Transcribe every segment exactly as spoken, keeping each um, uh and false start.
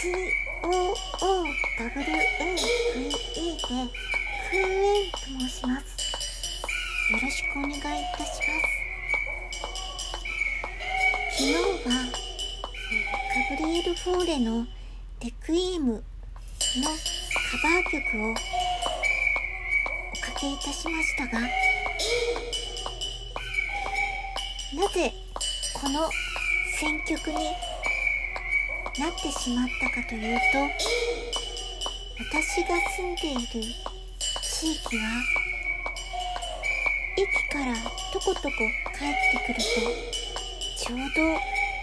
シーオーオーダブリューエーブイイー でクーエンと申します。よろしくお願いいたします。昨日は、えー、ガブリエル・フォーレのレクイエムのカバー曲をおかけいたしましたが、なぜこの選曲になってしまったかというと、私が住んでいる地域は駅からとことこ帰ってくるとちょうど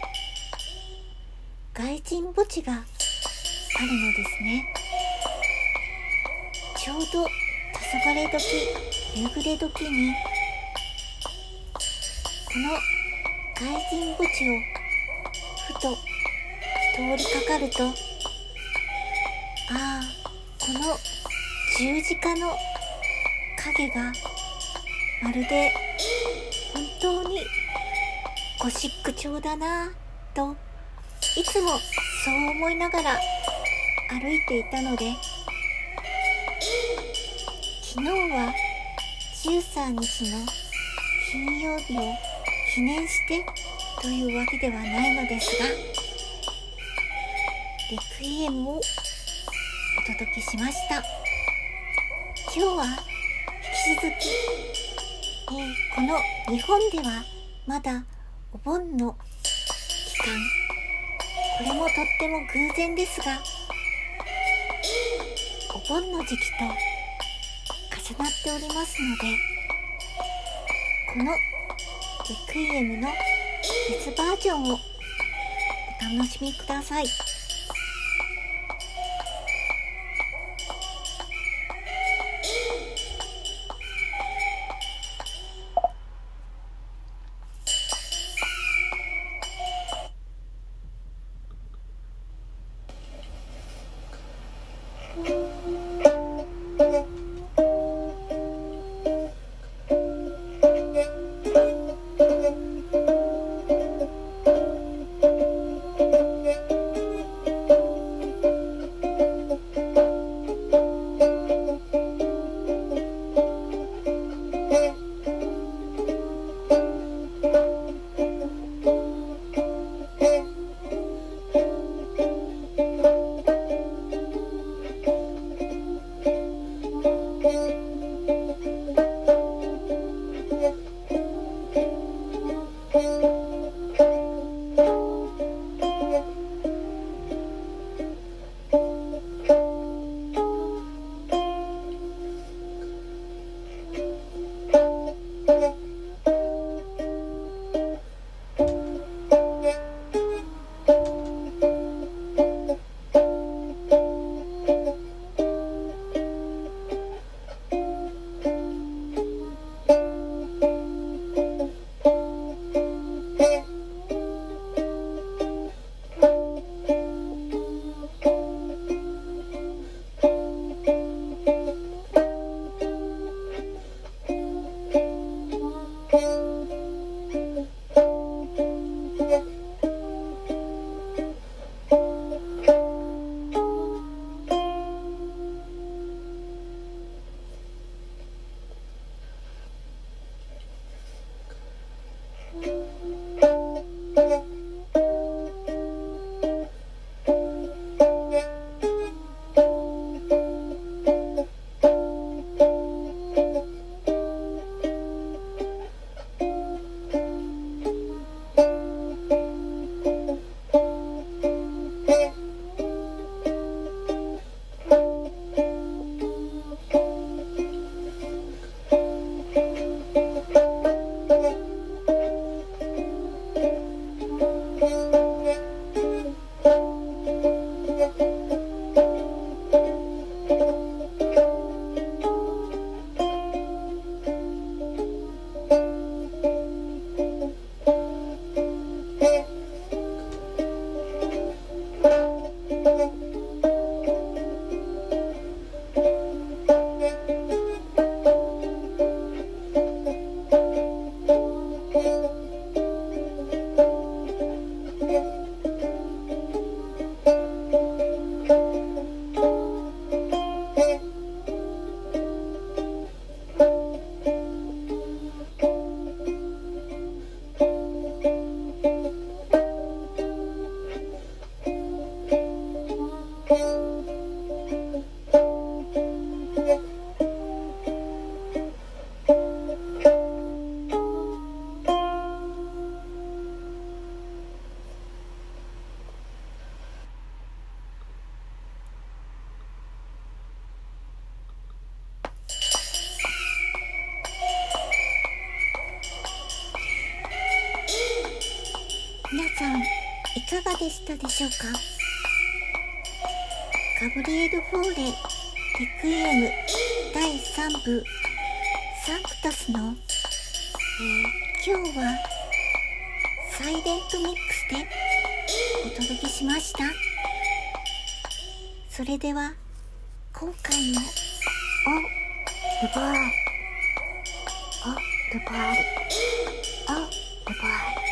外人墓地があるのですね。ちょうど黄昏時、夕暮れ時にこの外人墓地をふと通りかかると、ああ、この十字架の影がまるで本当にゴシック調だなぁといつもそう思いながら歩いていたので、昨日はじゅうさんにちの金曜日を記念してというわけではないのですが、レクイエムをお届けしました。今日は引き続き、えー、この日本ではまだお盆の期間、これもとっても偶然ですが、お盆の時期と重なっておりますので、このレクイエムの別バージョンをお楽しみください。 皆さんいかがでしたでしょうか。ガブリエル・フォーレ・レクイエムだいさんぶサンクタスの、えー、今日はサイレントミックスでお届けしました。それでは今回のオルボワールオルボワールオルボワール